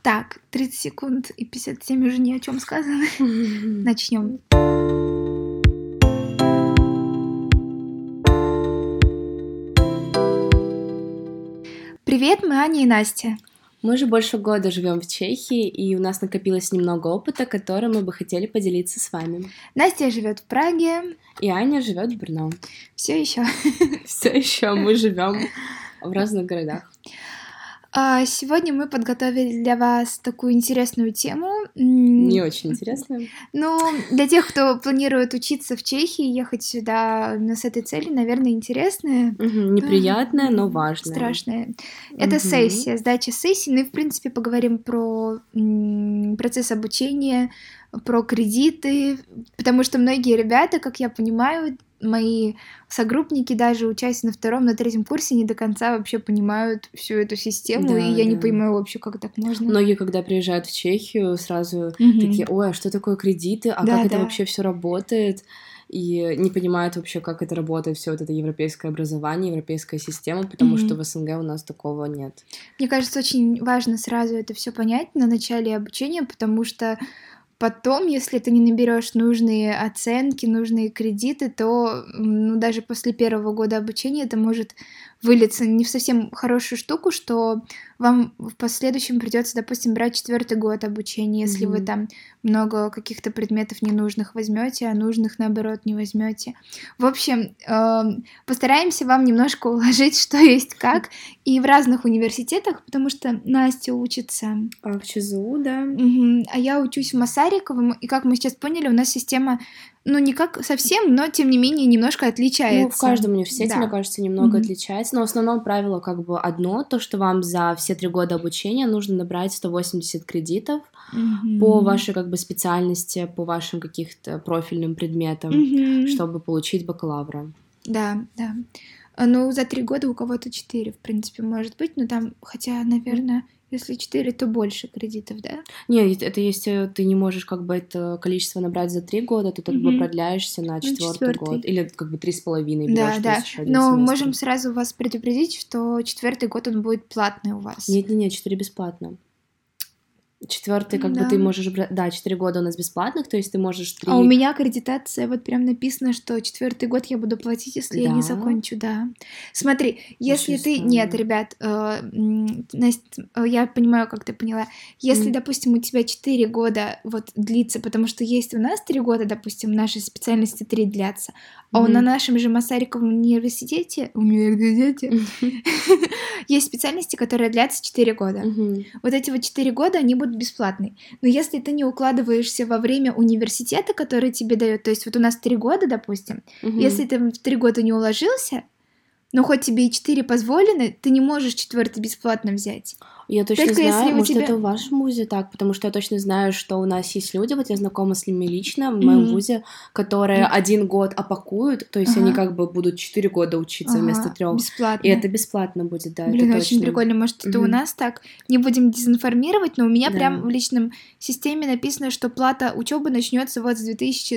Так, 30 секунд и 57 уже ни о чем сказано. Начнем. Привет, мы Аня и Настя. Мы же больше года живем в Чехии, и у нас накопилось немного опыта, которым мы бы хотели поделиться с вами. Настя живет в Праге. И Аня живет в Брно. Все еще. Все еще мы живем в разных городах. Сегодня мы подготовили для вас такую интересную тему. Не очень интересную. Ну, для тех, кто планирует учиться в Чехии, ехать сюда именно с этой целью, наверное, интересная. Неприятная, но важная. Страшная. Это сессия, сдача сессии. Ну и, в принципе, поговорим про процесс обучения, про кредиты, потому что многие ребята, как я понимаю, мои согруппники, даже учась на 2-м, на 3-м курсе, не до конца вообще понимают всю эту систему, Да, и я не да. понимаю вообще, как так можно. Многие, когда приезжают в Чехию, сразу такие: ой, а что такое кредиты, а Да, как это да. вообще все работает? И не понимают вообще, как это работает, все вот это европейское образование, европейская система, потому что в СНГ у нас такого нет. Мне кажется, очень важно сразу это все понять на начале обучения, потому что потом, если ты не наберешь нужные оценки, нужные кредиты, то даже после 1-го года обучения это может вылиться не в совсем хорошую штуку, что вам в последующем придется, допустим, брать 4-й год обучения, если вы там много каких-то предметов ненужных возьмете, а нужных, наоборот, не возьмете. В общем, постараемся вам немножко уложить, что есть как, и в разных университетах, потому что Настя учится в ЧЗУ, да. А я учусь в Масариковом, и как мы сейчас поняли, у нас система, не как совсем, но тем не менее немножко отличается. В каждом университете, Да. мне кажется, немного отличается, но в основном правило как бы одно, то, что вам за все 3 года обучения нужно набрать 180 кредитов по вашей как бы специальности, по вашим каких-то профильным предметам, чтобы получить бакалавра. Да. За 3 года у кого-то 4, в принципе, может быть, но там, хотя, наверное, если 4, то больше кредитов, да? Нет, это если ты не можешь как бы это количество набрать за 3 года, то ты как бы продляешься на 4-й год. Или как бы 3,5 берёшь, то есть ещё один но семестр. можем сразу вас предупредить, что 4-й год он будет платный у вас. Нет, 4 бесплатно. 4-й как бы ты можешь брать... Да, 4 года у нас бесплатных, то есть ты можешь 3... А у меня аккредитация, вот прям написано, что 4-й год я буду платить, если я не закончу, да. Смотри, если ты... Нет, ребят, Настя, я понимаю, как ты поняла. Если, допустим, у тебя 4 года вот длится, потому что есть у нас 3 года, допустим, наши специальности 3 длятся, а на нашем же Масариковом университете есть специальности, которые длятся 4 года. Вот эти вот 4 года, они будут бесплатные. Но если ты не укладываешься во время университета, который тебе дает, то есть вот у нас 3 года, допустим, если ты в 3 года не уложился, но хоть тебе и 4 позволены, ты не можешь 4-й бесплатно взять. Я точно Только знаю, если у может, тебя... это в вашем вузе так, потому что я точно знаю, что у нас есть люди, вот я знакома с ними лично в моем вузе, которые 1 год опакуют, то есть они как бы будут 4 года учиться вместо 3. Бесплатно. И это бесплатно будет, да, Блин, это очень точно. прикольно. Может, это у нас так? Не будем дезинформировать, но у меня прям в личном системе написано, что плата учебы начнется вот с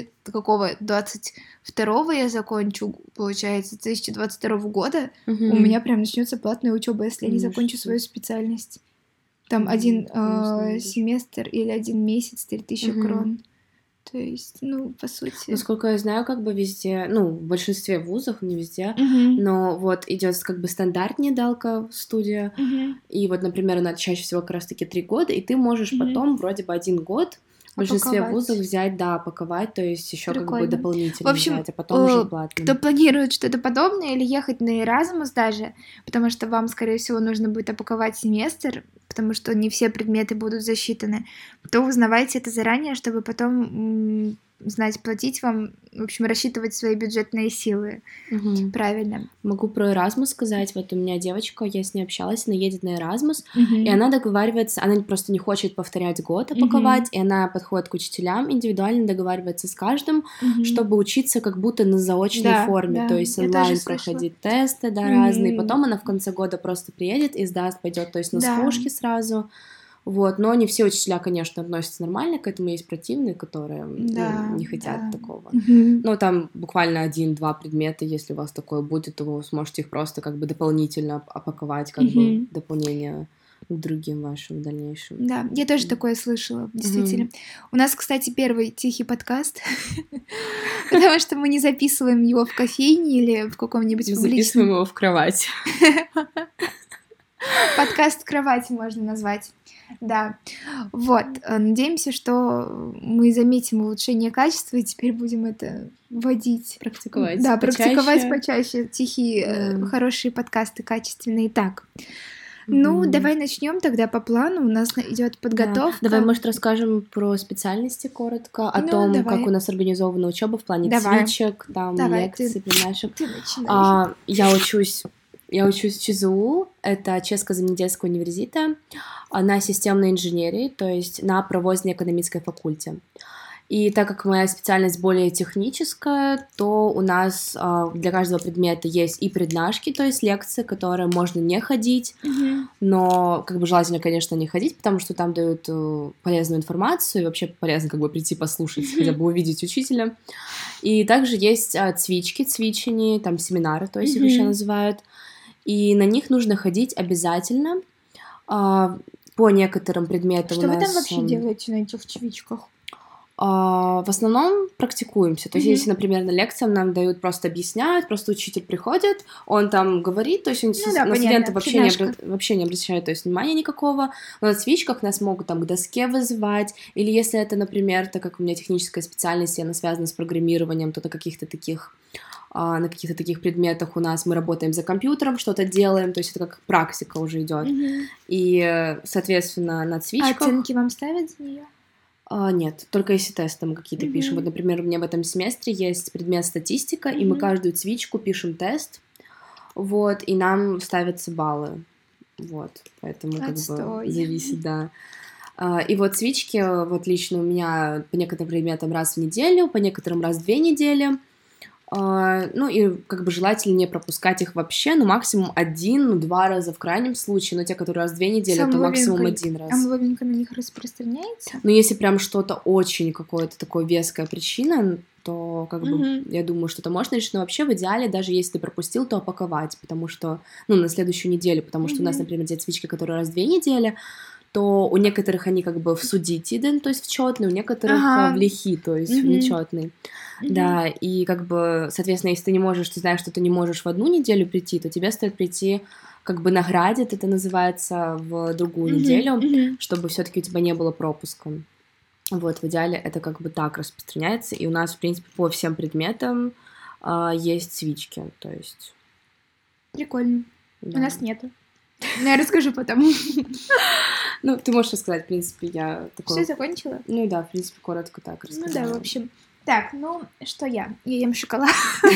2022 я закончу, получается, 2022 года. У меня прям начнется платная учеба, если я не закончу свою специальность. Там один семестр или 1 месяц 3000 крон. То есть, по сути... Насколько я знаю, как бы везде, в большинстве вузов, не везде, но вот идет как бы стандартная далка студия, и вот, например, она чаще всего как раз-таки 3 года, и ты можешь потом вроде бы 1 год в большинстве вузов взять, да, опаковать, то есть еще как бы дополнительно взять, а потом уже платно. Кто планирует что-то подобное или ехать на Erasmus даже, потому что вам, скорее всего, нужно будет опаковать семестр, потому что не все предметы будут засчитаны, то узнавайте это заранее, чтобы потом знать, платить вам, в общем, рассчитывать свои бюджетные силы. Правильно. Могу про Erasmus сказать. Вот у меня девочка, я с ней общалась, она едет на Erasmus, и она договаривается, она просто не хочет повторять год, опаковать, и она подходит к учителям, индивидуально договаривается с каждым, чтобы учиться как будто на заочной форме, то есть онлайн проходить тесты, разные, потом она в конце года просто приедет и сдаст, пойдет, то есть на служки сразу. Вот, но не все учителя, конечно, относятся нормально к этому, есть противные, которые не хотят такого. Но там буквально 1-2 предмета, если у вас такое будет, то вы сможете их просто как бы дополнительно опаковать, как бы дополнение к другим вашим в дальнейшем. Да, я тоже такое слышала, действительно. У нас, кстати, первый тихий подкаст, потому что мы не записываем его в кофейне или в каком-нибудь публичном... Мы записываем его в кровать. Подкаст кровати можно назвать. Да, вот. Надеемся, что мы заметим улучшение качества и теперь будем это вводить. Практиковать. Да, практиковать почаще тихие, хорошие подкасты, качественные. Так. Ну, давай начнем тогда по плану. У нас идет подготовка. Да. Давай, может, расскажем про специальности коротко, о том, как у нас организована учеба в плане цвичек, там, лекций, племяшек. Я учусь в ЧЗУ, это Чешско-Земельдельский университет, на системной инженерии, то есть на провозно-экономической факульте. И так как моя специальность более техническая, то у нас для каждого предмета есть и преднашки, то есть лекции, которые можно не ходить, но как бы желательно, конечно, не ходить, потому что там дают полезную информацию, и вообще полезно как бы прийти послушать, хотя бы увидеть учителя. И также есть цвички, цвичени, там семинары, то есть их еще называют, и на них нужно ходить обязательно. По некоторым предметам Что вы там вообще делаете на этих цвичках? В основном практикуемся. То есть, если, например, на лекциям нам дают, просто объясняют, просто учитель приходит, он там говорит, то есть он на студентов вообще не обращает, то есть внимания никакого. Но на свичках нас могут там к доске вызывать, или если это, например, так как у меня техническая специальность, и она связана с программированием, то на каких-то таких предметах у нас мы работаем за компьютером, что-то делаем, то есть это как практика уже идет. И, соответственно, на свичках... А оценки вам ставят за нее? Нет, только если тесты мы какие-то пишем. Вот, например, у меня в этом семестре есть предмет статистика, и мы каждую цвичку пишем тест, вот, и нам ставятся баллы, вот, поэтому как бы зависит, да. И вот цвички, вот лично у меня по некоторым предметам раз в неделю, по некоторым раз в 2 недели. Ну и как бы желательно не пропускать их вообще, максимум 1-2 раза в крайнем случае, но те, которые раз в 2 недели, то максимум 1 раз. Амловинка на них распространяется? Но если прям что-то очень какое-то такое веская причина, то как бы я думаю, что это можно решить, но вообще в идеале, даже если ты пропустил, то опаковать, потому что, на следующую неделю, потому что у нас, например, те цвички, которые раз в 2 недели, то у некоторых они как бы в судитиден, то есть в чётный, у некоторых в лихи, то есть в нечётный. Да, и как бы, соответственно, если ты не можешь, ты знаешь, что ты не можешь в 1 неделю прийти, то тебе стоит прийти как бы на градит, это называется, в другую неделю, чтобы всё-таки у тебя не было пропуска. Вот, в идеале это как бы так распространяется, и у нас, в принципе, по всем предметам есть цвички, то есть... Прикольно. Да. У нас нету. Но я расскажу потом. Ты можешь рассказать, в принципе, я такое... Всё закончила? Да, в принципе, коротко так рассказала. Да, в общем... Так, что я? Я ем шоколад.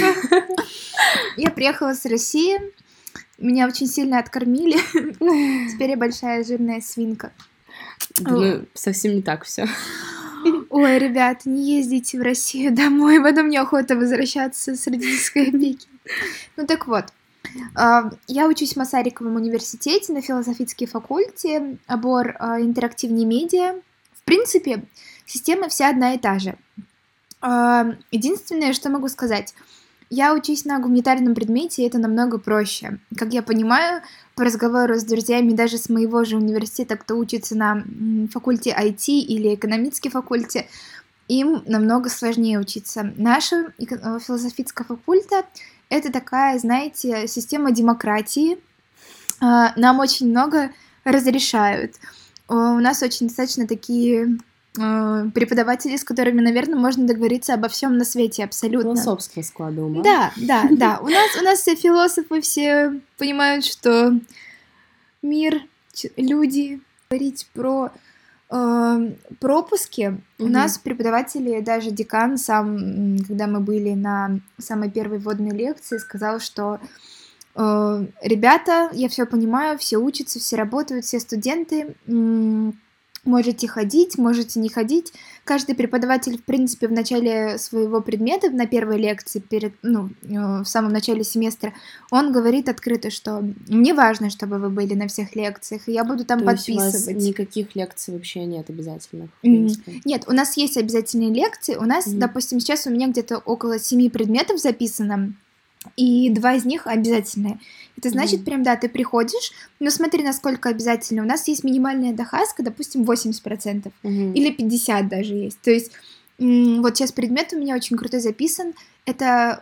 Я приехала с России, меня очень сильно откормили. Теперь я большая жирная свинка. Совсем не так всё. Ой, ребят, не ездите в Россию домой, потом неохота возвращаться с родительской опеки. Так вот. Я учусь в Масариковом университете на философическом факульте, обор интерактивные медиа. В принципе, система вся одна и та же. Единственное, что могу сказать, я учусь на гуманитарном предмете, и это намного проще. Как я понимаю, по разговору с друзьями даже с моего же университета, кто учится на факульте IT или экономический факульте, им намного сложнее учиться. Наша философическая факульта — это такая, знаете, система демократии. Нам очень много разрешают. У нас очень достаточно такие преподаватели, с которыми, наверное, можно договориться обо всем на свете абсолютно. Философского склада ума. Да. У нас все философы, все понимают, что мир, люди, говорить про пропуски. У нас преподаватели, даже декан сам, когда мы были на самой первой вводной лекции, сказал, что ребята, я все понимаю, все учатся, все работают, все студенты, можете ходить, можете не ходить. Каждый преподаватель, в принципе, в начале своего предмета, на первой лекции, в самом начале семестра, он говорит открыто, что мне важно, чтобы вы были на всех лекциях, и я буду там подписывать. То есть у вас никаких лекций вообще нет обязательных? В принципе? Нет, у нас есть обязательные лекции. У нас, допустим, сейчас у меня где-то около 7 предметов записано. и 2 из них обязательные. Это значит, прям, да, ты приходишь, но смотри, насколько обязательно. У нас есть минимальная дохаска, допустим, 80%, или 50% даже есть. То есть вот сейчас предмет у меня очень крутой записан. Это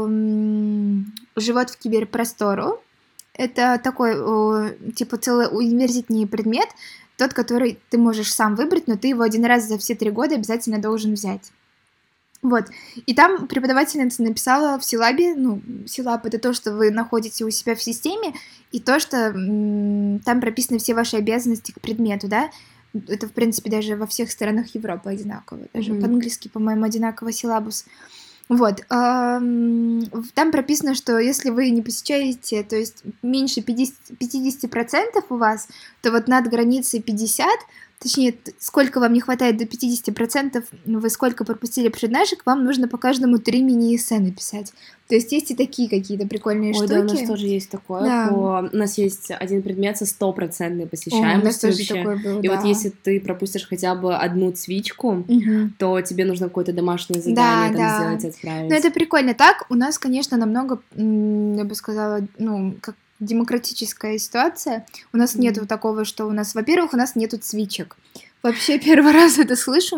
«Живот в киберпростору». Это такой, типа, целый университетский предмет, тот, который ты можешь сам выбрать, но ты его 1 раз за все 3 года обязательно должен взять. Вот. И там преподавательница написала в силабе, силаб — это то, что вы находите у себя в системе, и то, что там прописаны все ваши обязанности к предмету, да. Это, в принципе, даже во всех странах Европы одинаково. Даже по-английски, по-моему, одинаково силабус. Вот. Там прописано, что если вы не посещаете, то есть меньше 50% у вас, то вот над границей 50%, точнее, сколько вам не хватает до 50%, вы сколько пропустили преднашек, вам нужно по каждому 3 мини-эссе написать. То есть есть и такие какие-то прикольные штуки. Да, у нас тоже есть такое. Да. У нас есть один предмет со 100% посещаемостью вообще. Такое было, и вот если ты пропустишь хотя бы одну цвичку, то тебе нужно какое-то домашнее задание сделать, отправить. Ну, это прикольно. Так, у нас, конечно, намного, я бы сказала, как демократическая ситуация. У нас нету такого, что у нас, во-первых, у нас нету цвичек. Вообще первый раз это слышу,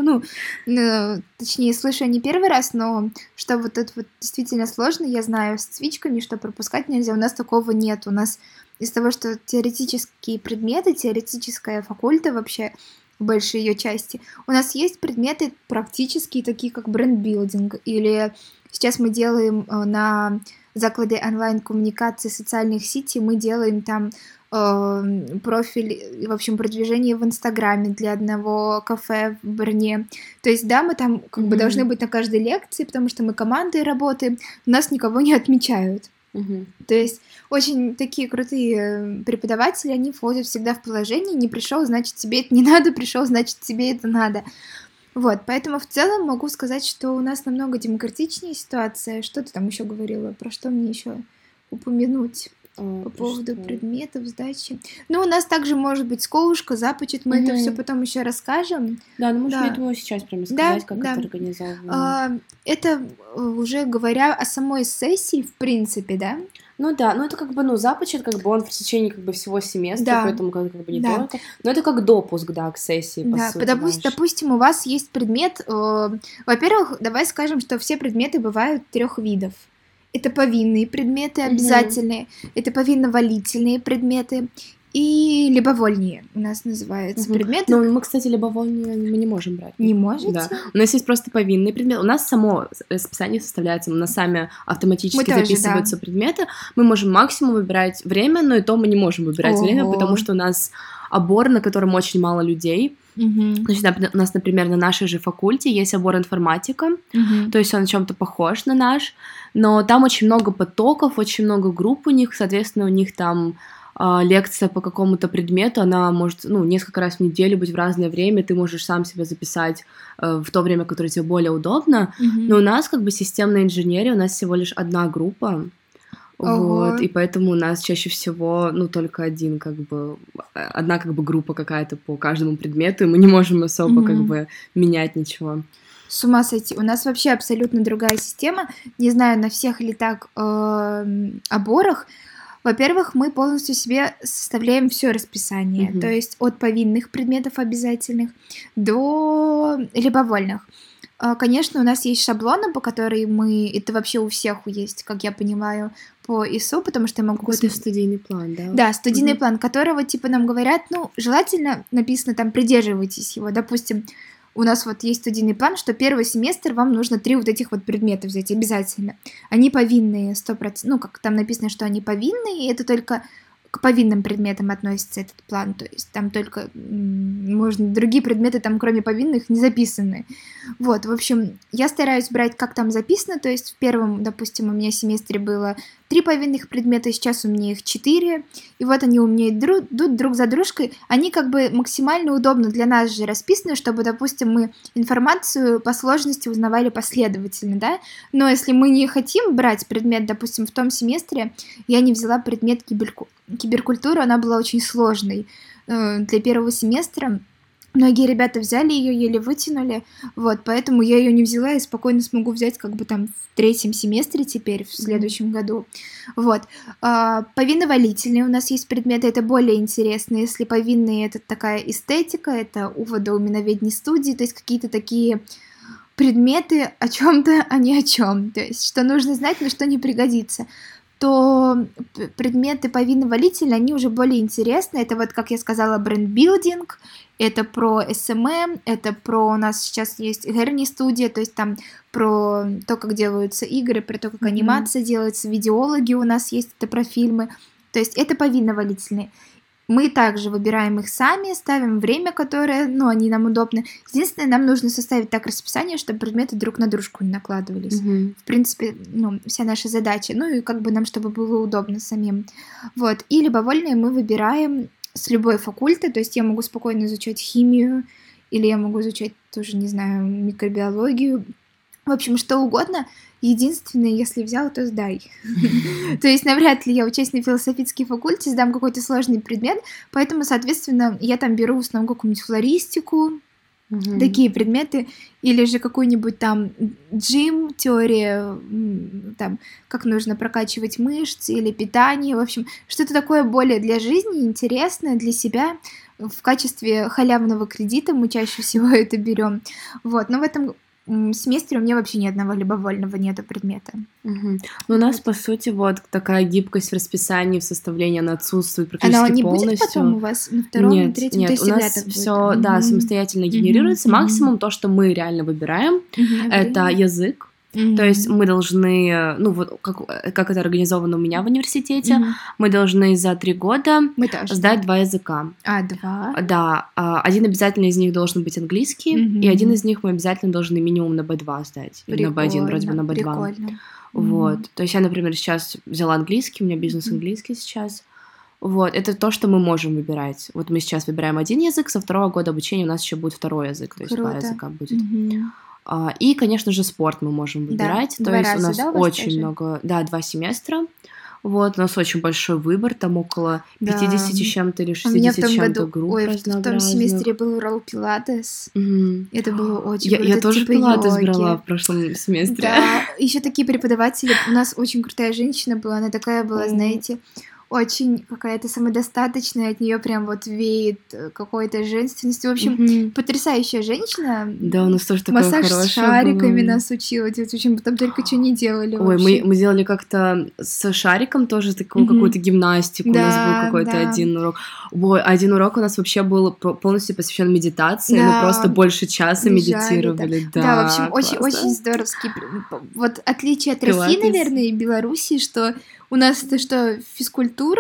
точнее, слышу я не первый раз, но что вот это вот действительно сложно, я знаю с цвичками, что пропускать нельзя, у нас такого нет. У нас из-за того, что теоретические предметы, теоретическая факульта вообще, в большей ее части, у нас есть предметы практические, такие как брендбилдинг, или сейчас мы делаем на закладе онлайн-коммуникации социальных сетей, мы делаем там профиль, в общем, продвижение в Инстаграме для одного кафе в Брне. То есть, да, мы там как бы должны быть на каждой лекции, потому что мы командой работаем, нас никого не отмечают. То есть очень такие крутые преподаватели, они входят всегда в положение, не пришел, значит, тебе это не надо, пришел, значит, тебе это надо. Вот, поэтому в целом могу сказать, что у нас намного демократичнее ситуация. Что ты там еще говорила? Про что мне еще упомянуть? По поводу предметов, сдачи. У нас также может быть школушка, започет, мы это все потом еще расскажем. Да, но можешь, я думаю, сейчас прямо сказать, как это организовано. Это уже говоря о самой сессии, в принципе, да? Это как бы, започет, как бы он в течение как бы всего семестра, поэтому как бы не только. Но это как допуск, да, к сессии, по сути. Допустим, у вас есть предмет. Во-первых, давай скажем, что все предметы бывают 3 видов. Это повинные предметы обязательные, это повинно-валительные предметы и либовольные у нас называются предметы. Но мы, кстати, либовольные мы не можем брать. Не можете? Да. У нас есть просто повинные предметы. У нас само расписание составляется, у нас сами автоматически записываются предметы. Мы можем максимум выбирать время, но и то мы не можем выбирать время, потому что у нас обор, на котором очень мало людей. Значит, у нас, например, на нашей же факульте есть обор информатика, то есть он о чем-то похож на наш, но там очень много потоков, очень много групп у них, соответственно, у них там лекция по какому-то предмету, она может, несколько раз в неделю быть в разное время, ты можешь сам себя записать в то время, которое тебе более удобно, но у нас как бы системная инженерия, у нас всего лишь одна группа. Вот, и поэтому у нас чаще всего, только одна группа какая-то по каждому предмету, и мы не можем особо менять ничего. С ума сойти. У нас вообще абсолютно другая система. Не знаю, на всех ли так оборах. Во-первых, мы полностью себе составляем все расписание, то есть от повинных предметов обязательных до либовольных. Конечно, у нас есть шаблоны, по которым это вообще у всех есть, как я понимаю, по ИСУ, потому что я могу... Какой-то студийный план, да? Да, студийный план, которого, нам говорят, желательно, написано там, придерживайтесь его. Допустим, у нас вот есть студийный план, что первый семестр вам нужно 3 вот этих вот предмета взять обязательно. Они повинные 100%, как там написано, что они повинные, и это только к повинным предметам относится этот план, то есть там только, можно, другие предметы там, кроме повинных, не записаны. Вот, в общем, я стараюсь брать, как там записано, то есть в первом, допустим, у меня семестре было 3 повинных предмета, сейчас у меня их 4, и вот они у меня идут друг за дружкой, они как бы максимально удобно для нас же расписаны, чтобы, допустим, мы информацию по сложности узнавали последовательно, да, но если мы не хотим брать предмет, допустим, в том семестре, я не взяла предмет киберкультура, она была очень сложной для первого семестра, Многие ребята взяли ее, еле вытянули, вот, поэтому я ее не взяла и спокойно смогу взять как бы там в 3-м семестре теперь, в следующем году, вот. Повинно-валительные у нас есть предметы, это более интересно, если повинные — это такая эстетика, это у водоуменоведения студии, то есть какие-то такие предметы о чем-то, а не о чем, то есть что нужно знать, но что не пригодится, то предметы повинно-валительные, они уже более интересны. Это вот, как я сказала, брендбилдинг, это про SMM, это про у нас сейчас есть Герни-студия, то есть там про то, как делаются игры, про то, как анимация делается, видеологи у нас есть, это про фильмы, то есть это повинно-валительные. Мы также выбираем их сами, ставим время, которое, ну, они нам удобны. Единственное, нам нужно составить так расписание, чтобы предметы друг на дружку не накладывались. В принципе, ну, вся наша задача. Ну, и как бы нам, чтобы было удобно самим. Вот. И любовольные мы выбираем с любой факульты, то есть я могу спокойно изучать химию, или я могу изучать тоже, не знаю, микробиологию. В общем, что угодно. Единственное, если взял, то сдай. То есть навряд ли я, учась на философический факультет, сдам какой-то сложный предмет, поэтому, соответственно, я там беру в основном какую-нибудь флористику, такие предметы, или же какую-нибудь там джим, теория, там, как нужно прокачивать мышцы, или питание, в общем, что-то такое более для жизни, интересное для себя. В качестве халявного кредита мы чаще всего это берем. Вот, но в этом семестре у меня вообще ни одного любовольного нету предмета. Ну, у нас, по сути, вот такая гибкость в расписании, в составлении, она отсутствует практически полностью. Она не полностью. будет потом у вас на втором, на третьем? Нет, у нас все, да, самостоятельно генерируется. Максимум то, что мы реально выбираем, это язык. То есть мы должны, ну вот как это организовано у меня в университете, мы должны за 3 года сдать 2 языка. 2? Да, один обязательно из них должен быть английский, и один из них мы обязательно должны минимум на B2 сдать. Или на B1, вроде бы на B2. Прикольно. Вот, то есть я, например, сейчас взяла английский, у меня бизнес-английский сейчас. Вот, это то, что мы можем выбирать. Вот мы сейчас выбираем один язык, со 2-го года обучения у нас еще будет 2-й язык, то есть 2 языка будет. И, конечно же, спорт мы можем выбирать. Да, то есть раза, у нас да, очень тоже? много, 2 семестра. Вот, у нас очень большой выбор, там около 50 с чем-то или 60 с чем-то групп разнообразных. В том семестре был ролл пилатес. Это было очень круто. Я тоже типа пилатес йоги. брала в прошлом семестре. Да, еще такие преподаватели. У нас очень крутая женщина была, она такая была, знаете, очень какая-то самодостаточная, от нее прям вот веет какой-то женственностью. В общем, потрясающая женщина. Да, у нас тоже такое хорошее Массаж с шариками нас учила. В общем, там только что не делали. Ой, мы делали как-то с шариком тоже такую какую-то гимнастику. Да, у нас был какой-то один урок. Ой, один урок у нас вообще был полностью посвящен медитации. Мы просто больше часа медитировали. Да, в общем, очень здоровский. Вот отличие от России, наверное, и Белоруссии, что у нас это что, физкультура,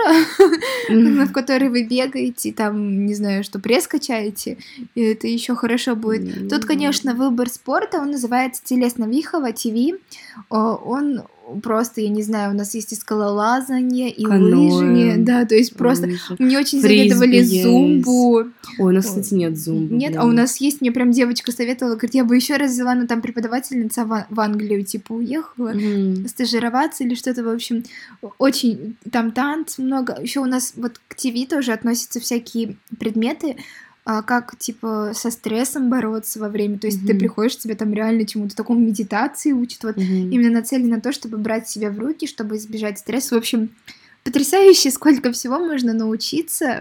в которой вы бегаете, там, не знаю, что, пресс качаете, и это еще хорошо будет. Тут, конечно, выбор спорта, он называется Телесно-Вихово ТВ. Он просто, я не знаю, у нас есть и скалолазание, и лыжи, да, то есть просто мне очень советовали зумбу. Ой, у нас, кстати, нет зумбы. Нет, а у нас есть, мне прям девочка советовала, говорит, я бы еще раз взяла, но там преподавательница в Англию, типа, уехала стажироваться или что-то, в общем, очень, там танц много. Еще у нас вот к ТВ тоже относятся всякие предметы, как, типа, со стрессом бороться во время. То есть ты приходишь, тебя там реально чему-то такому медитации учат. Вот именно нацелено на то, чтобы брать себя в руки, чтобы избежать стресса. В общем, потрясающе, сколько всего можно научиться,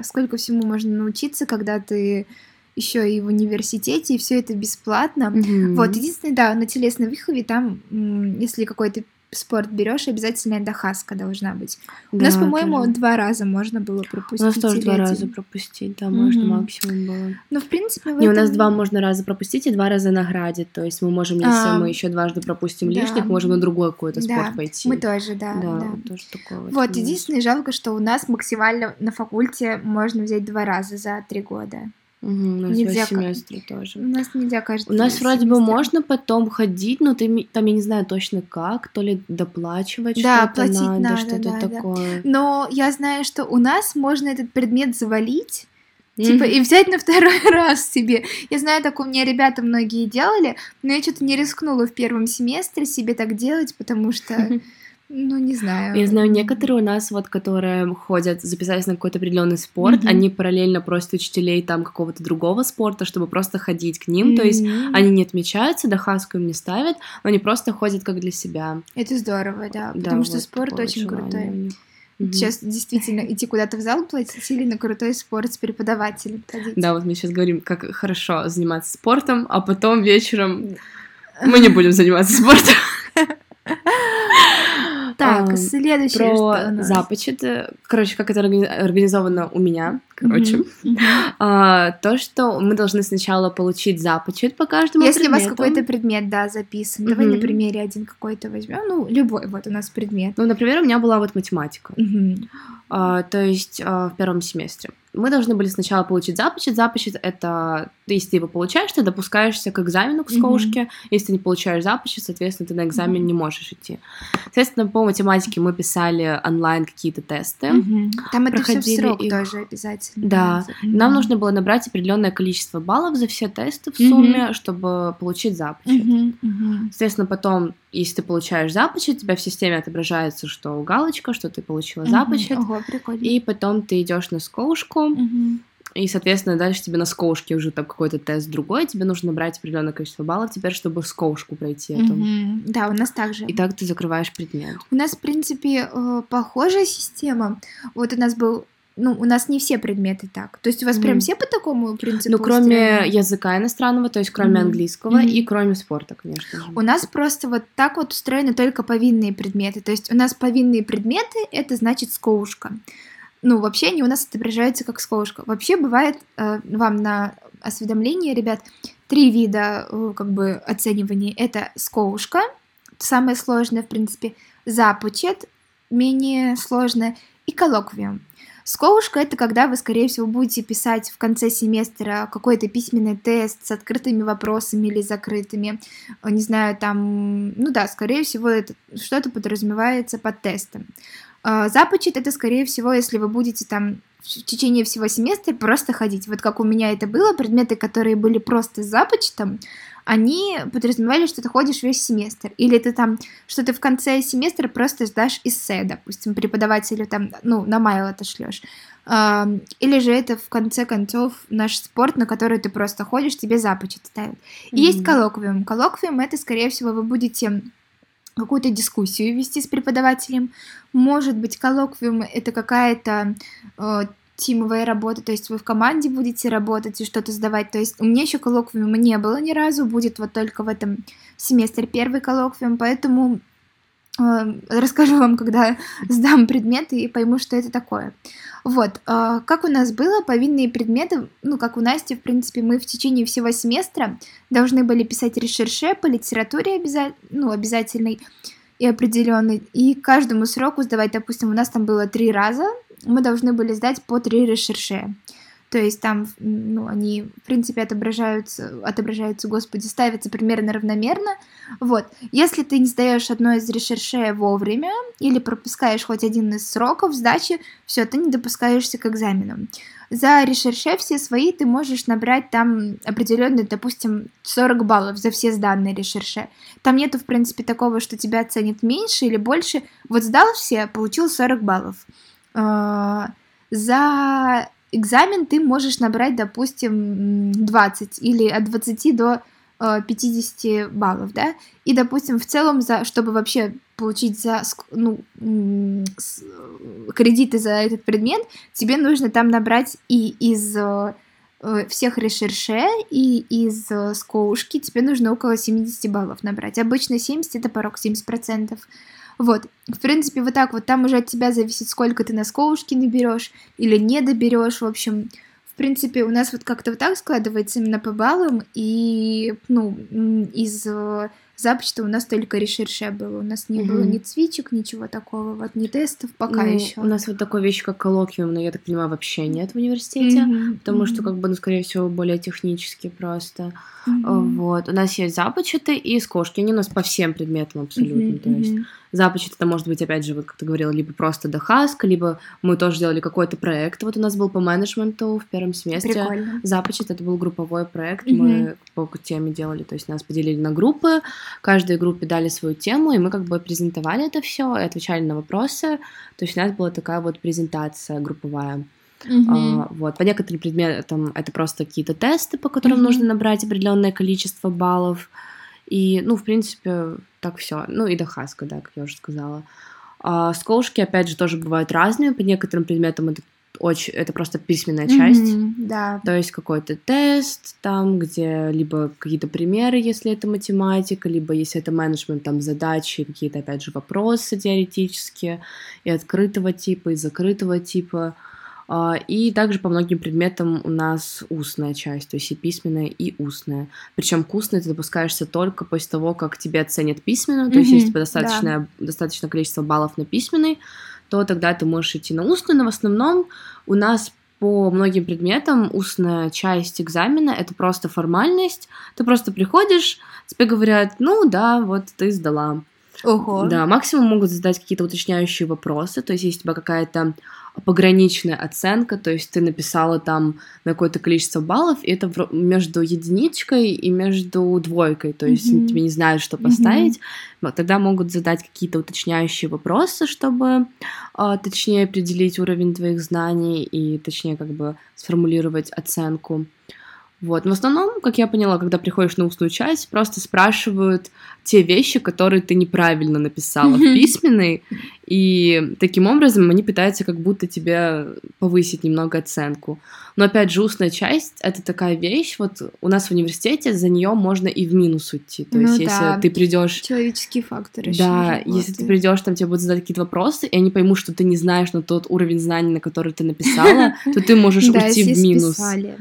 когда ты еще и в университете, и все это бесплатно. Вот, единственное, да, на Телесно-Вихове там, если какой-то спорт берешь, обязательно дахаска должна быть. У нас, по-моему, 2 раза можно было пропустить. У нас тоже 2 раза пропустить, да, можно максимум было. Ну, в принципе, у нас 2 можно раза пропустить и 2 раза наградить. То есть мы можем, если мы еще дважды пропустим лишних, можем на другой какой-то спорт пойти. Мы тоже, да. Тоже такое. Вот, единственное, жалко, что у нас максимально на факульте можно взять 2 раза за 3 года. У нас нельзя 2 семестра тоже. У нас нельзя каждый У нас вроде бы можно потом ходить, но там я не знаю точно как, то ли доплачивать что-то платить надо, что-то такое. Но я знаю, что у нас можно этот предмет завалить, типа, и взять на 2-й раз себе. Я знаю, так у меня ребята многие делали, но я что-то не рискнула в 1-м семестре себе так делать, потому что Ну, не знаю. Я знаю, некоторые у нас, вот, которые ходят, записались на какой-то определенный спорт, они параллельно просят учителей там какого-то другого спорта, чтобы просто ходить к ним, то есть они не отмечаются, дохаску им не ставят, но они просто ходят как для себя. Это здорово, да, потому Да, что вот спорт такое очень желание у крутой. них. Сейчас действительно идти куда-то в зал платить или на крутой спорт с преподавателем ходить. Да, вот мы сейчас говорим, как хорошо заниматься спортом, а потом вечером мы не будем заниматься спортом. Так, следующее, про что у нас? започет, короче, как это организовано у меня, короче, то, что мы должны сначала получить започет по каждому Если предмету. у вас какой-то предмет, да, записан, давай на примере один какой-то возьмем, ну, любой, вот у нас предмет. Ну, например, у меня была вот математика, то есть в первом семестре. Мы должны были сначала получить започет. Започет — это, если ты его получаешь, ты допускаешься к экзамену, к СКОушке. Если ты не получаешь започет, соответственно, ты на экзамен не можешь идти. Соответственно, по математике мы писали онлайн какие-то тесты. Там это все в срок тоже обязательно. Да. Нам нужно было набрать определенное количество баллов за все тесты в сумме, чтобы получить започет. Соответственно, потом, если ты получаешь започет, у тебя в системе отображается, что галочка, что ты получила започет. Ого, прикольно. И потом ты идешь на СКОушку, и, соответственно, дальше тебе на СКОушке уже там какой-то тест другой, тебе нужно набрать определенное количество баллов теперь, чтобы СКОушку пройти эту. Да, у нас так же. И так ты закрываешь предмет. У нас, в принципе, похожая система. Вот у нас был... Ну, у нас не все предметы так. То есть у вас прям все по такому принципу? Ну, кроме языка иностранного, то есть кроме английского и кроме спорта, конечно же. У нас просто вот так вот устроены только повинные предметы. То есть у нас повинные предметы — это значит СКОушка. Ну, вообще они у нас отображаются как СКОушка. Вообще бывает, вам на осведомление, ребят, 3 вида как бы оцениваний. Это СКОушка, самое сложное, в принципе, започет, менее сложное, и коллоквиум. СКОушка — это когда вы, скорее всего, будете писать в конце семестра какой-то письменный тест с открытыми вопросами или закрытыми. Не знаю, там... Ну да, скорее всего, это что-то подразумевается под тестом. Започет — это, скорее всего, если вы будете там в течение всего семестра просто ходить. Вот как у меня это было, предметы, которые были просто с започетом, они подразумевали, что ты ходишь весь семестр. Или ты там, что ты в конце семестра просто сдашь эссе, допустим, преподавателю там, ну, на майл отошлёшь. Или же это, в конце концов, наш спорт, на который ты просто ходишь, тебе започет ставят. И есть коллоквиум. Коллоквиум — это, скорее всего, вы будете какую-то дискуссию вести с преподавателем. Может быть, коллоквиум — это какая-то тимовая работа, то есть вы в команде будете работать и что-то сдавать. То есть у меня еще коллоквиума не было ни разу, будет вот только в этом семестре первый коллоквиум, поэтому расскажу вам, когда сдам предметы и пойму, что это такое. Вот, как у нас было, повинные предметы, ну, как у Насти, в принципе, мы в течение всего семестра должны были писать решерше по литературе обязательной и определенной, и каждому сроку сдавать, допустим, у нас там было 3 раза, мы должны были сдать по 3 решерше. То есть там, ну, они, в принципе, отображаются, господи, ставятся примерно равномерно. Вот. Если ты не сдаешь одно из решерше вовремя или пропускаешь хоть один из сроков сдачи, все, ты не допускаешься к экзаменам. За решерше все свои ты можешь набрать там определенные, допустим, 40 баллов за все сданные решерше. Там нету, в принципе, такого, что тебя оценят меньше или больше. Вот сдал все, получил 40 баллов. За экзамен ты можешь набрать, допустим, 20 или от 20 до 50 баллов, да, и, допустим, в целом, чтобы вообще получить кредиты за этот предмет, тебе нужно там набрать и из всех решерше, и из СКОушки тебе нужно около 70 баллов набрать. Обычно 70 — это порог, 70%. Вот, в принципе, вот так вот, там уже от тебя зависит, сколько ты на СКОушке наберешь или не доберешь, в общем, в принципе, у нас вот как-то вот так складывается именно по баллам, и, ну, из започта у нас только решерше было, у нас не было ни цвичек, ничего такого, вот, ни тестов пока еще. У нас вот такой вещи, как коллоквиум, но я так понимаю, вообще нет в университете, потому что, как бы, ну, скорее всего, более технически просто. Вот, у нас есть започеты и СКОшки, они у нас по всем предметам абсолютно, то есть започет это может быть, опять же, вот как ты говорила, либо просто дохаска, либо мы тоже делали какой-то проект, вот у нас был по менеджменту в первом семестре. Прикольно. Започет это был групповой проект, мы по теме делали, то есть нас поделили на группы, каждой группе дали свою тему, и мы как бы презентовали это все и отвечали на вопросы. То есть у нас была такая вот презентация групповая. Вот. По некоторым предметам это просто какие-то тесты, по которым нужно набрать определенное количество баллов. И, ну, в принципе, так все. Ну, и дохаска, да, как я уже сказала. Скоушки, опять же, тоже бывают разными. По некоторым предметам это просто письменная часть. Да. То есть какой-то тест там, где либо какие-то примеры, если это математика, либо если это менеджмент, там задачи, какие-то, опять же, вопросы теоретические, и открытого типа, и закрытого типа. И также по многим предметам у нас устная часть, то есть и письменная, и устная. Причем к устной ты допускаешься только после того, как тебе оценят письменную, то есть если у тебя достаточное количество баллов на письменной, то тогда ты можешь идти на устную, но в основном у нас по многим предметам устная часть экзамена — это просто формальность, ты просто приходишь, тебе говорят, ну да, вот ты сдала. Ого. Да, максимум могут задать какие-то уточняющие вопросы, то есть если у тебя какая-то пограничная оценка, то есть ты написала там на какое-то количество баллов, и это между единичкой и между двойкой, то есть тебе не знают, что поставить, тогда могут задать какие-то уточняющие вопросы, чтобы точнее определить уровень твоих знаний и точнее как бы сформулировать оценку. Вот. Но в основном, как я поняла, когда приходишь на устную часть, просто спрашивают те вещи, которые ты неправильно написала в письменной, и таким образом они пытаются как будто тебе повысить немного оценку. Но опять же, устная часть — это такая вещь, вот у нас в университете за нее можно и в минус уйти. То есть если ты придешь... Человеческий фактор еще. Да, если ты придешь, там тебе будут задать какие-то вопросы, и они поймут, что ты не знаешь на тот уровень знаний, на который ты написала, то ты можешь уйти в минус.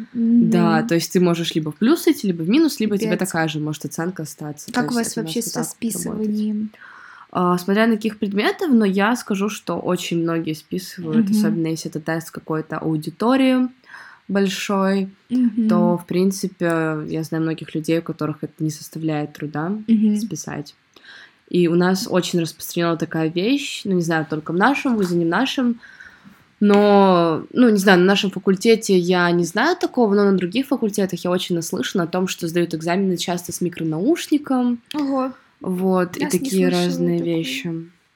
Да, то есть ты можешь либо в плюс идти, либо в минус, либо тебе такая же может оценка остаться. Как у вас вообще со списыванием? Смотря на каких предметов, но я скажу, что очень многие списывают, особенно если это тест какой-то аудитории большой, то, в принципе, я знаю многих людей, у которых это не составляет труда списать. И у нас очень распространена такая вещь, ну, не знаю, только в нашем вузе, не в нашем, но, ну, не знаю, на нашем факультете я не знаю такого, но на других факультетах я очень наслышана о том, что сдают экзамены часто с микронаушником. Ого. Вот, и такие разные вещи.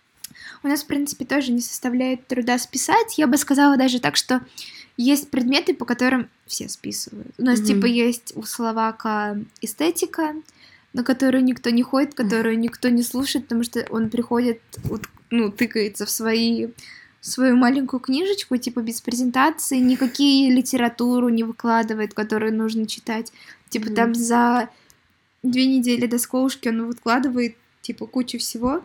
У нас, в принципе, тоже не составляет труда списать. Я бы сказала даже так, что есть предметы, по которым все списывают. У нас, типа, есть у Словака эстетика, на которую никто не ходит, которую никто не слушает, потому что он приходит, ну, тыкается в свою маленькую книжечку, типа, без презентации, никакие литературу не выкладывает, которую нужно читать. Типа, там за 2 недели до скоушки он выкладывает, типа, кучу всего.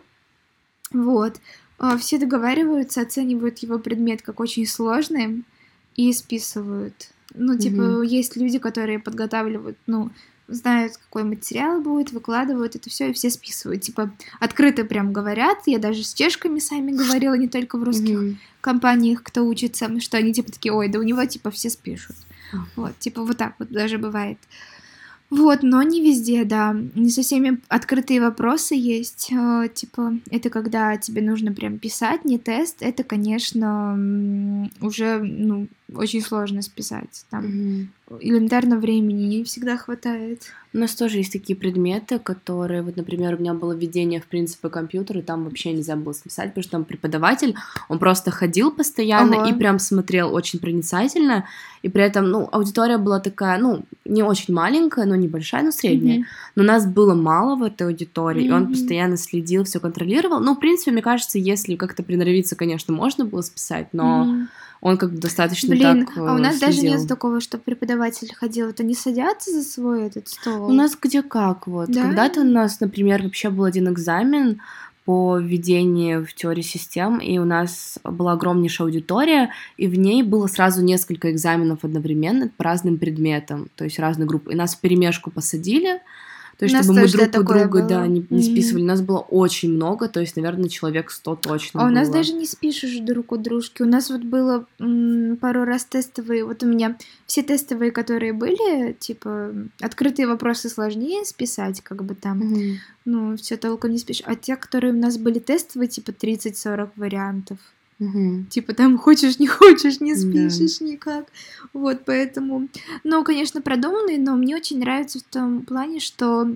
Вот. Все договариваются, оценивают его предмет как очень сложный и списывают. Ну, типа, есть люди, которые подготавливают, ну, знают, какой материал будет, выкладывают это все и все списывают. Типа, открыто прям говорят. Я даже с чешками сами говорила, не только в русских компаниях, кто учится, что они, типа, такие, ой, да у него, типа, все спишут. Вот, типа, вот так вот даже бывает. Вот, но не везде, да. Не со всеми открытые вопросы есть. Типа, это когда тебе нужно прям писать, не тест. Это, конечно, уже, ну, очень сложно списать. Там элементарно времени не всегда хватает. У нас тоже есть такие предметы, которые, вот, например, у меня было введение в принципы компьютера, и там вообще нельзя было списать, потому что там преподаватель, он просто ходил постоянно и прям смотрел очень проницательно, и при этом, ну, аудитория была такая, ну, не очень маленькая, но небольшая, но средняя, но нас было мало в этой аудитории, и он постоянно следил, все контролировал. Ну, в принципе, мне кажется, если как-то приноровиться, конечно, можно было списать, но он как бы достаточно так а у нас даже нет такого, что преподаватель ходил. Это не садятся за свой этот стол? У нас где как, вот. Да? Когда-то у нас, например, вообще был один экзамен по введению в теорию систем, и у нас была огромнейшая аудитория, и в ней было сразу несколько экзаменов одновременно по разным предметам, то есть разные группы. И нас вперемешку посадили, то есть, чтобы мы друг у друга да, не списывали. Нас было очень много, то есть, наверное, человек 100 точно было. А у нас даже не спишешь друг у дружки. У нас вот было пару раз тестовые. Вот у меня все тестовые, которые были, типа, открытые вопросы сложнее списать, как бы там, ну, все толком не спишь. А те, которые у нас были тестовые, типа, 30-40 вариантов. Типа там хочешь, не спишешь никак. Вот, поэтому... Ну, конечно, продуманный, но мне очень нравится в том плане, что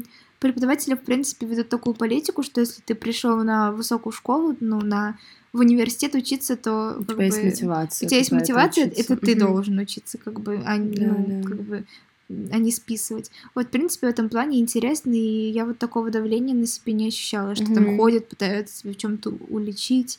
преподаватели, в принципе, ведут такую политику, что если ты пришел на высокую школу, в университет учиться, то у тебя есть мотивация. У тебя есть мотивация, учиться. это ты должен учиться, а не списывать. Вот, в принципе, в этом плане интересно, и я вот такого давления на себе не ощущала, что там ходят, пытаются себя в чем-то улучшить.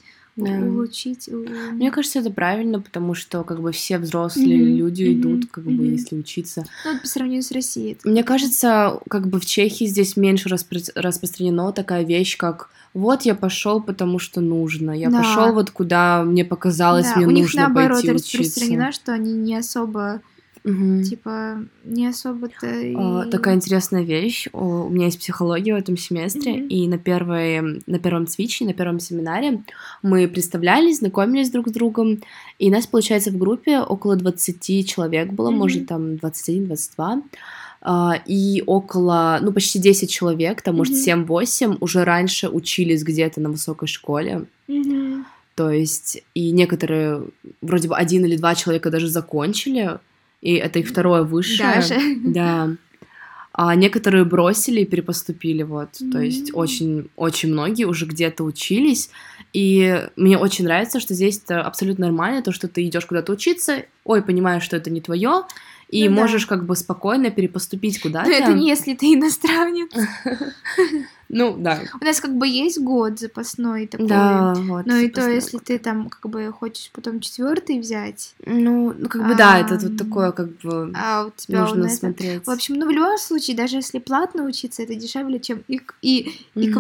Мне кажется, это правильно, потому что как бы все взрослые люди идут, как бы, если учиться. Ну, вот по сравнению с Россией. Мне кажется, как бы в Чехии здесь меньше распространена такая вещь, как вот я пошел, потому что нужно. Я пошел вот куда мне показалось, мне нужно пойти учиться. У них наоборот распространено, что они не особо типа, не особо-то... Такая интересная вещь. У меня есть психология в этом семестре, и на первом свиче, на первом семинаре мы представлялись, знакомились друг с другом, и нас, получается, в группе около 20 человек было, может, там 21-22, и около, почти 10 человек, там, может, 7-8 уже раньше учились где-то на высокой школе. То есть, и некоторые, вроде бы 1 или 2 человека даже закончили, и это их второе высшее. Даже? Да. А некоторые бросили и перепоступили, вот. То есть очень многие уже где-то учились. И мне очень нравится, что здесь это абсолютно нормально, то, что ты идешь куда-то учиться, понимаешь, что это не твое, и можешь как бы спокойно перепоступить куда-то. Но это не если ты иностранец. Да. У нас как бы есть год запасной такой. Да, вот. Но и то, если ты там как бы хочешь потом 4-й взять. Это тут такое как бы у тебя нужно смотреть. В общем, в любом случае, даже если платно учиться, это дешевле, чем и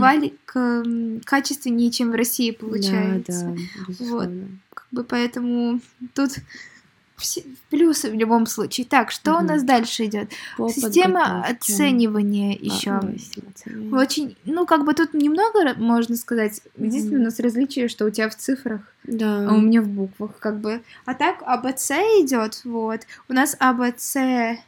качественнее, чем в России получается. Да, безусловно. Вот. Как бы поэтому тут плюсы в любом случае. Так, что у нас дальше идет? Система оценивания еще. Очень, тут немного можно сказать. Единственное, у нас различие, что у тебя в цифрах, а у меня в буквах, как бы. А так АБЦ идет, вот. У нас АБЦ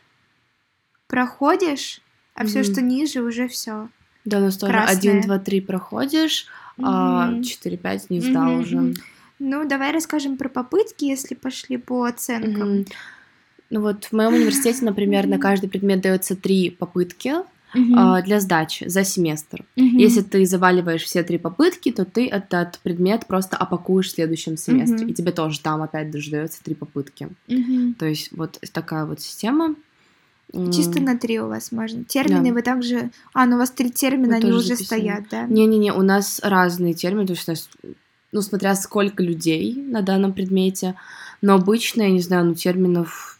проходишь, а все, что ниже, уже все. Да, у нас тоже 1, 2, 3 проходишь, а 4, 5 не сдал уже. Давай расскажем про попытки, если пошли по оценкам. Вот в моем университете, например, на каждый предмет дается 3 попытки для сдачи за семестр. Если ты заваливаешь все 3 попытки, то ты этот предмет просто опакуешь в следующем семестре. И тебе тоже там опять даже дается 3 попытки. То есть вот такая вот система. Чисто на 3 у вас можно. Термины вы также... у вас 3 термина, они уже стоят, да? Не-не-не, у нас разные термины, то есть у нас... смотря сколько людей на данном предмете, но обычно, я не знаю, терминов,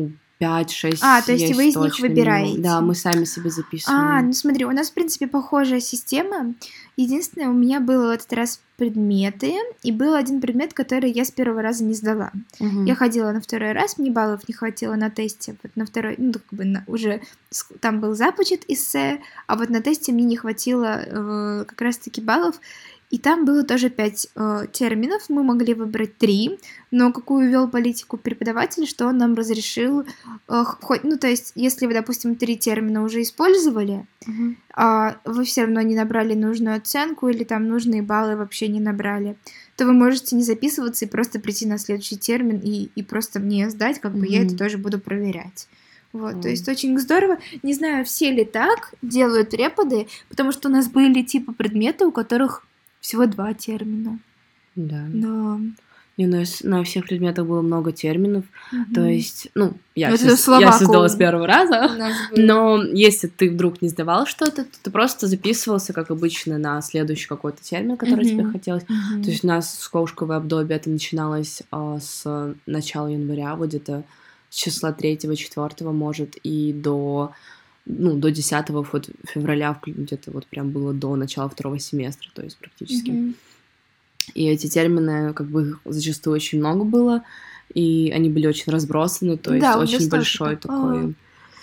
5-6 то есть вы из них выбираете? Да, мы сами себе записываем. Смотри, у нас, в принципе, похожая система. Единственное, у меня был в этот раз предметы, и был один предмет, который я с первого раза не сдала. Я ходила на 2-й раз, мне баллов не хватило на тесте, вот на 2-й, уже там был запучит эссе, а вот на тесте мне не хватило как раз-таки баллов. И там было тоже 5 терминов, мы могли выбрать 3, но какую вел политику преподаватель, что он нам разрешил, то есть, если вы, допустим, 3 термина уже использовали, а вы все равно не набрали нужную оценку или там нужные баллы вообще не набрали, то вы можете не записываться и просто прийти на следующий термин и просто мне сдать, как бы я это тоже буду проверять. Вот, то есть очень здорово. Не знаю, все ли так делают преподы, потому что у нас были типа предметы, у которых всего 2 термина. Да. Но... на всех предметах было много терминов. То есть, я все сдала с первого раза. Но если ты вдруг не сдавал что-то, то ты просто записывался, как обычно, на следующий какой-то термин, который тебе хотелось. То есть у нас школушковое обдобие это начиналось с начала января, вот где-то с числа 3-4, может, и до 10 вот февраля где-то вот прям было до начала 2-го семестра, то есть практически. И эти термины, как бы, зачастую очень много было, и они были очень разбросаны, то есть очень большой такой...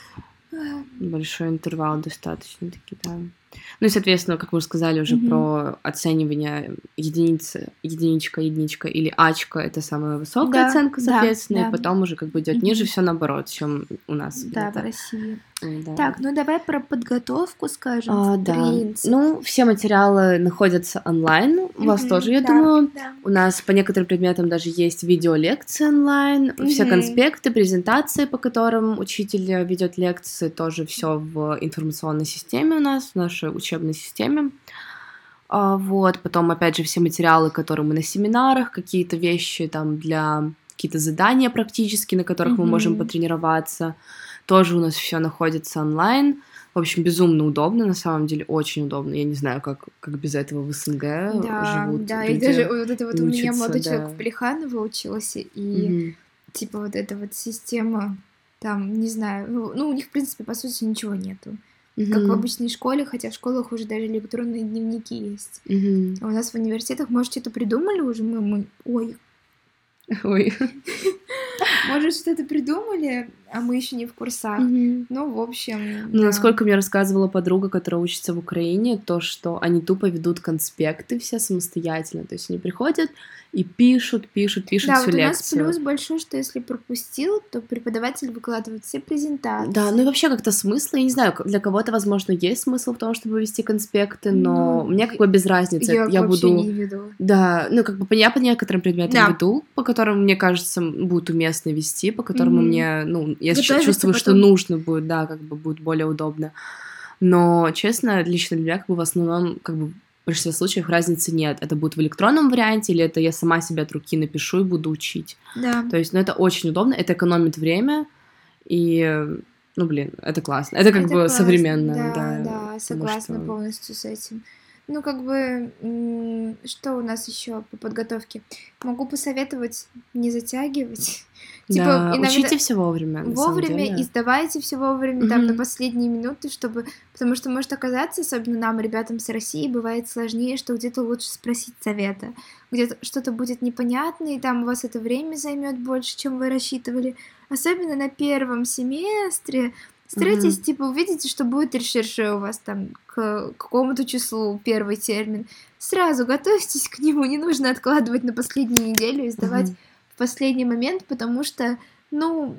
Большой интервал достаточно таки, да. И, соответственно, как мы уже сказали уже про оценивание единичка или ачка, это самая высокая оценка, соответственно, и потом уже как бы идет ниже, все наоборот, чем у нас. Да, в России. Да. Так, давай про подготовку скажем, в принципе. Все материалы находятся онлайн, у вас тоже, я думаю. Да. У нас по некоторым предметам даже есть видеолекции онлайн, все конспекты, презентации, по которым учитель ведет лекции, тоже все в информационной системе у нас, в нашей нашей учебной системе. Вот, потом, опять же, все материалы, которые мы на семинарах, какие-то вещи там для... какие-то задания практические, на которых мы можем потренироваться. Тоже у нас все находится онлайн. В общем, безумно удобно, на самом деле, очень удобно. Я не знаю, как без этого в СНГ живут Да, люди, и даже вот это вот у меня учатся, молодой да. человек в Плеханово учился, и типа вот эта вот система, там, не знаю, ну, у них, в принципе, по сути, ничего нету. Как в обычной школе, хотя в школах уже даже электронные дневники есть. А у нас в университетах, может, что-то придумали уже? Ой. Может, что-то придумали, а мы еще не в курсах. Ну, в общем, Ну, насколько мне рассказывала подруга, которая учится в Украине, то, что они тупо ведут конспекты все самостоятельно. То есть они приходят и пишут Да, всю вот у нас лекцию. плюс большой, что если пропустил, то преподаватель выкладывает все презентации. Да, ну и вообще как-то смысл, я не знаю, для кого-то, возможно, есть смысл в том, чтобы вести конспекты, но мне как бы без разницы. Я вообще не веду. Да, ну как бы я по некоторым предметам веду, по которым, мне кажется, будет уместно вести, по которому мне, ну, я чувствую, что нужно будет, да, как бы будет более удобно. Но, честно, лично для меня, как бы в основном, как бы в большинстве случаев разницы нет. Это будет в электронном варианте, или это я сама себе от руки напишу и буду учить. Да. То есть, ну, это очень удобно, это экономит время, и, ну, блин, это классно. Это как бы классно. Современно. Да, согласна полностью с этим. Ну, как бы, что у нас еще по подготовке? Могу посоветовать не затягивать. Да, типа, учите все вовремя. Вовремя и сдавайте все вовремя, там, на последние минуты, чтобы... Потому что может оказаться, особенно нам, ребятам с России, бывает сложнее, что где-то лучше спросить совета. Где-то что-то будет непонятно, и там у вас это время займет больше, чем вы рассчитывали. Особенно на первом семестре. Старайтесь, типа, увидите, что будет решерше у вас там к какому-то числу, первый термин. Сразу готовьтесь к нему, не нужно откладывать на последнюю неделю и сдавать в последний момент, потому что, ну,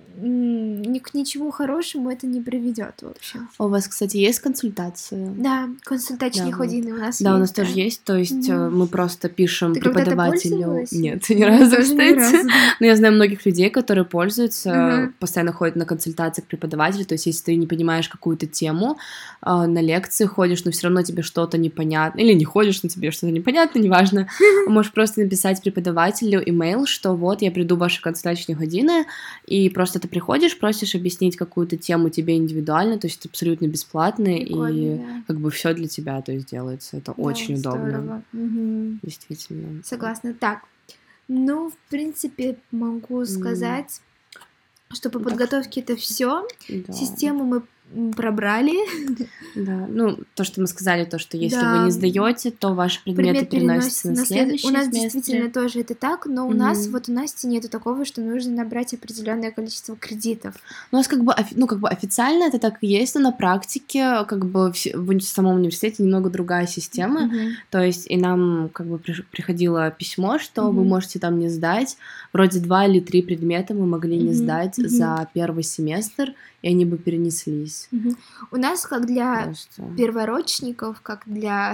к ничему хорошему это не приведет, в общем. У вас, кстати, есть консультации? Да, консультачные ходины у нас есть. Да, у нас тоже есть, то есть мы просто пишем Ты преподавателю... Нет, ни разу, кстати. Но я знаю многих людей, которые пользуются, постоянно ходят на консультации к преподавателю, то есть если ты не понимаешь какую-то тему, на лекции ходишь, но все равно тебе что-то непонятно, или не ходишь, но тебе что-то непонятно, неважно, можешь просто написать преподавателю имейл, что вот, я приду в ваши консультачные годины, и просто ты приходишь, просишь объяснить какую-то тему тебе индивидуально, то есть это абсолютно бесплатно, и как бы все для тебя, то есть делается. Это очень удобно. Действительно. Согласна. Так, ну, в принципе, могу сказать, что по подготовке это все. Систему мы пробрали. Да, ну, то, что мы сказали, то, что если вы не сдаете, то ваши предметы переносятся на следующий У нас семестр. действительно тоже это так, но у нас, вот у Насти нету такого, что нужно набрать определенное количество кредитов. У нас как бы официально это так и есть, но на практике как бы в самом университете немного другая система, то есть и нам как бы приходило письмо, что вы можете там не сдать, вроде 2 или 3 предмета мы могли не сдать за первый семестр, и они бы перенеслись. У нас, как для перворочников, как для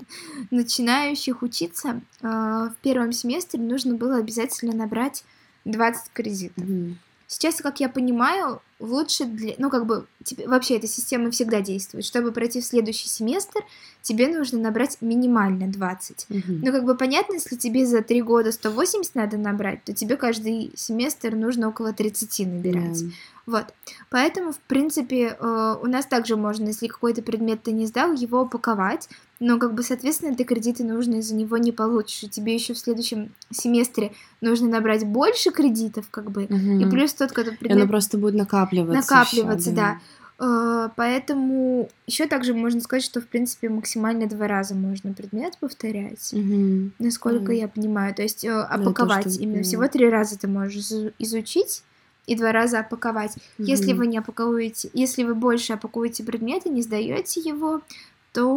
начинающих учиться, в первом семестре нужно было обязательно набрать 20 кредитов. Сейчас, как я понимаю, лучше для... Ну, как бы, вообще эта система всегда действует. Чтобы пройти в следующий семестр, тебе нужно набрать минимально 20. Ну, как бы понятно, если тебе за 3 года 180 надо набрать, то тебе каждый семестр нужно около 30 набирать. Вот. Поэтому, в принципе, у нас также можно, если какой-то предмет ты не сдал, его упаковать, но, как бы, соответственно, ты кредиты нужные за него не получишь, и тебе еще в следующем семестре нужно набрать больше кредитов, как бы, и плюс тот, который предмет... И оно просто будет накапливаться. Да. Поэтому еще также можно сказать, что, в принципе, максимально 2 раза можно предмет повторять, насколько я понимаю, то есть опаковать именно. Всего 3 раза ты можешь изучить, и 2 раза опаковать. Если вы не опаковываете, если вы больше опакуете предмет и не сдаете его, то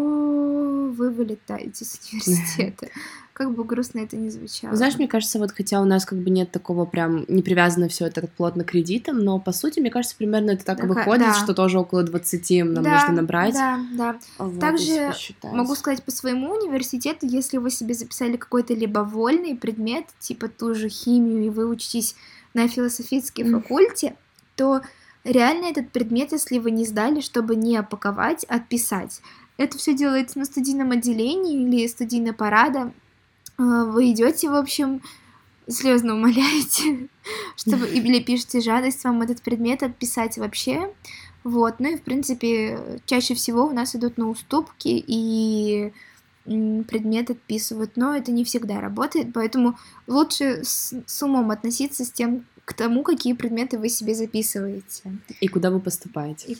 вы вылетаете с университета. Как бы грустно это ни звучало. Знаешь, мне кажется, вот хотя у нас как бы нет такого прям, не привязано все это плотно к кредитам, но по сути, мне кажется, примерно это так и выходит, что тоже около 20 нам нужно набрать. Да. Вот, также могу сказать по своему университету, если вы себе записали какой-то либо вольный предмет, типа ту же химию, и вы учитесь на философическом факульте, то реально этот предмет, если вы не сдали, чтобы не опаковать, отписать. это все делается на студийном отделении или студийная парада. Вы идете, в общем, слезно умоляете, чтобы или пишете жадость вам этот предмет отписать вообще. Вот, ну и, в принципе, чаще всего у нас идут на уступки, и предмет отписывают, но это не всегда работает, поэтому лучше с умом относиться к тому, какие предметы вы себе записываете. И куда вы поступаете.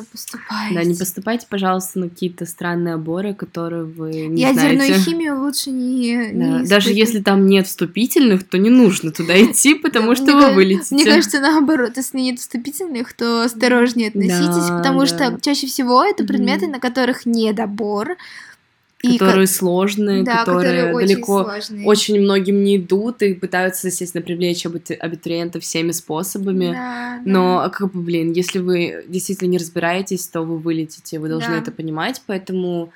Да, не поступайте, пожалуйста, на какие-то странные оборы, которые вы не Ядерную знаете. химию лучше не Даже если там нет вступительных, то не нужно туда идти, потому что вы вылетите. Мне кажется, наоборот, если нет вступительных, то осторожнее относитесь, потому что чаще всего это предметы, на которых недобор, которые сложные, да, которые далеко сложные. Очень многим не идут и пытаются, естественно, привлечь абитуриентов всеми способами. Да, но, если вы действительно не разбираетесь, то вы вылетите, вы должны это понимать, поэтому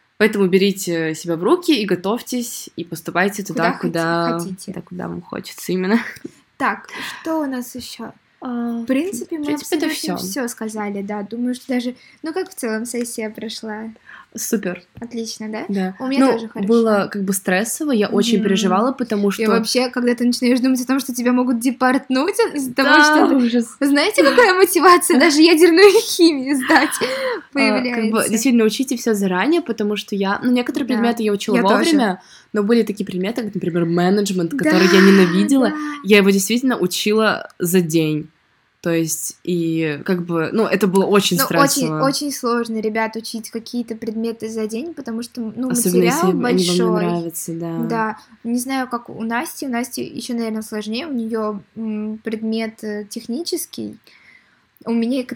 берите себя в руки и готовьтесь, и поступайте туда, куда вам хочется именно. Так, что у нас еще? В принципе, мы абсолютно все сказали, да. Думаю, что даже... Ну, как в целом сессия прошла? Супер. Отлично, да? Да. У меня тоже хорошо. Было стрессово, я очень переживала, потому что... И вообще, когда ты начинаешь думать о том, что тебя могут депортнуть из-за того, что... ужас. Знаете, какая мотивация даже ядерную химию сдать появляется? Действительно, учите все заранее, потому что некоторые предметы я учила вовремя, но были такие предметы, как, например, менеджмент, который я ненавидела. Я его действительно учила за день. То есть, и это было очень стрессово. Очень сложно, ребят, учить какие-то предметы за день, потому что, особенно материал если большой. Они вам не нравятся, да. Да, не знаю, как у Насти еще, наверное, сложнее, у нее предмет технический, у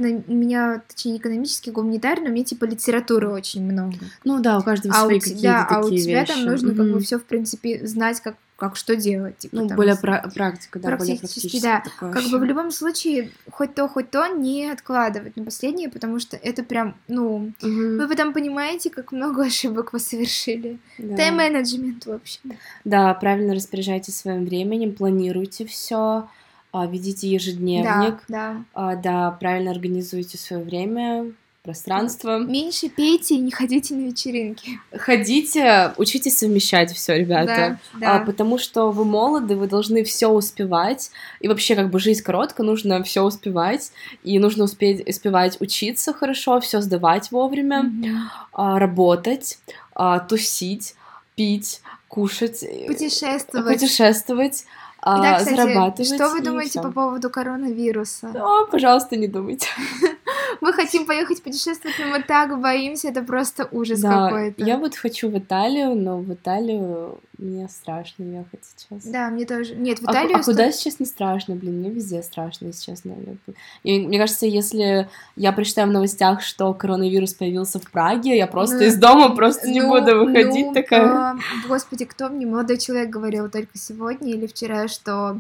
меня, точнее, экономический, гуманитарный, у меня, литературы очень много. Ну да, у каждого свои какие-то такие вещи. А у тебя там нужно все, в принципе, знать, как что делать. Более практика, да, более практически. Да, в любом случае, хоть то не откладывать на последнее, потому что это прям, вы потом понимаете, как много ошибок вы совершили. Да. Тайм-менеджмент, в общем. Да, правильно распоряжайтесь своим временем, планируйте все, ведите ежедневник. Да, правильно организуйте свое время, пространство. Меньше пейте и не ходите на вечеринки. Ходите, учитесь совмещать все, ребята. Да. Потому что вы молоды, вы должны все успевать. И вообще, жизнь короткая, нужно все успевать. И нужно успевать учиться хорошо, все сдавать вовремя, работать, тусить, пить, кушать, путешествовать. Да, кстати, зарабатывать. Что вы думаете по поводу коронавируса? Пожалуйста, не думайте. Мы хотим поехать путешествовать, но мы так боимся, это просто ужас какой-то. Я хочу в Италию, но в Италию мне страшно ехать сейчас. Да, мне тоже. Нет, в Италию... Куда сейчас не страшно? Мне везде страшно, если честно. Мне кажется, если я прочитаю в новостях, что коронавирус появился в Праге, я просто из дома не буду выходить такая. Господи, кто мне, молодой человек, говорил только сегодня или вчера, что,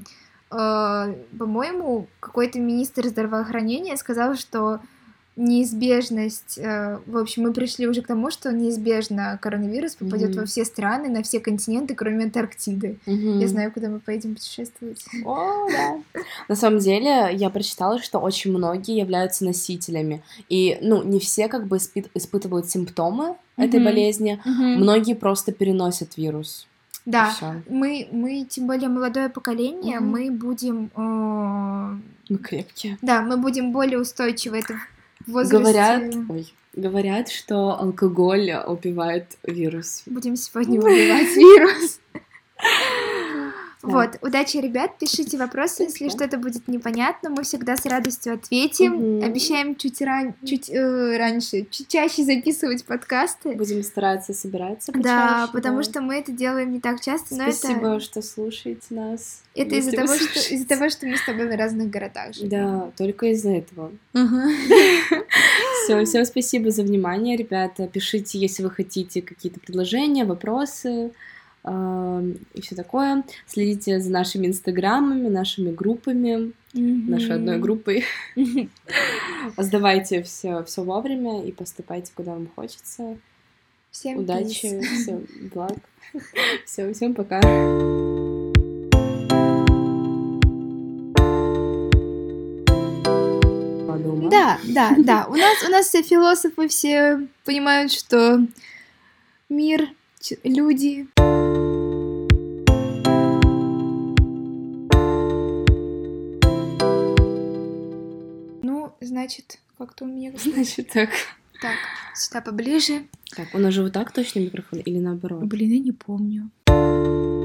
по-моему, какой-то министр здравоохранения сказал, что неизбежность, в общем, мы пришли уже к тому, что неизбежно коронавирус попадет во все страны, на все континенты, кроме Антарктиды. Я знаю, куда мы поедем путешествовать. О, да. На самом деле, я прочитала, что очень многие являются носителями. И, не все испытывают симптомы этой болезни. Многие просто переносят вирус. Да, мы, тем более молодое поколение, мы будем... Мы крепкие. Да, мы будем более устойчивы. Это в возрасте... Говорят, что алкоголь убивает вирус. Будем сегодня убивать вирус. Вот, удачи, ребят, пишите вопросы, если что-то будет непонятно, мы всегда с радостью ответим. Обещаем чуть чаще записывать подкасты. Будем стараться собираться почаще. Да, потому что мы это делаем не так часто, но Спасибо, что слушаете нас. Это из-за того, что мы с тобой в разных городах живем. Да, только из-за этого. Всем спасибо за внимание, ребята. Пишите, если вы хотите какие-то предложения, вопросы. И все такое. Следите за нашими инстаграмами, нашими группами, нашей одной группой. Сдавайте все вовремя и поступайте, куда вам хочется. Всем удачи, всем благ. Всем пока. дома. Да. У нас все философы, все понимают, что мир, люди. Ну, значит, как-то у меня... Значит, так. Так, сюда поближе. Так, у нас же вот так точно микрофон или наоборот? Блин, я не помню.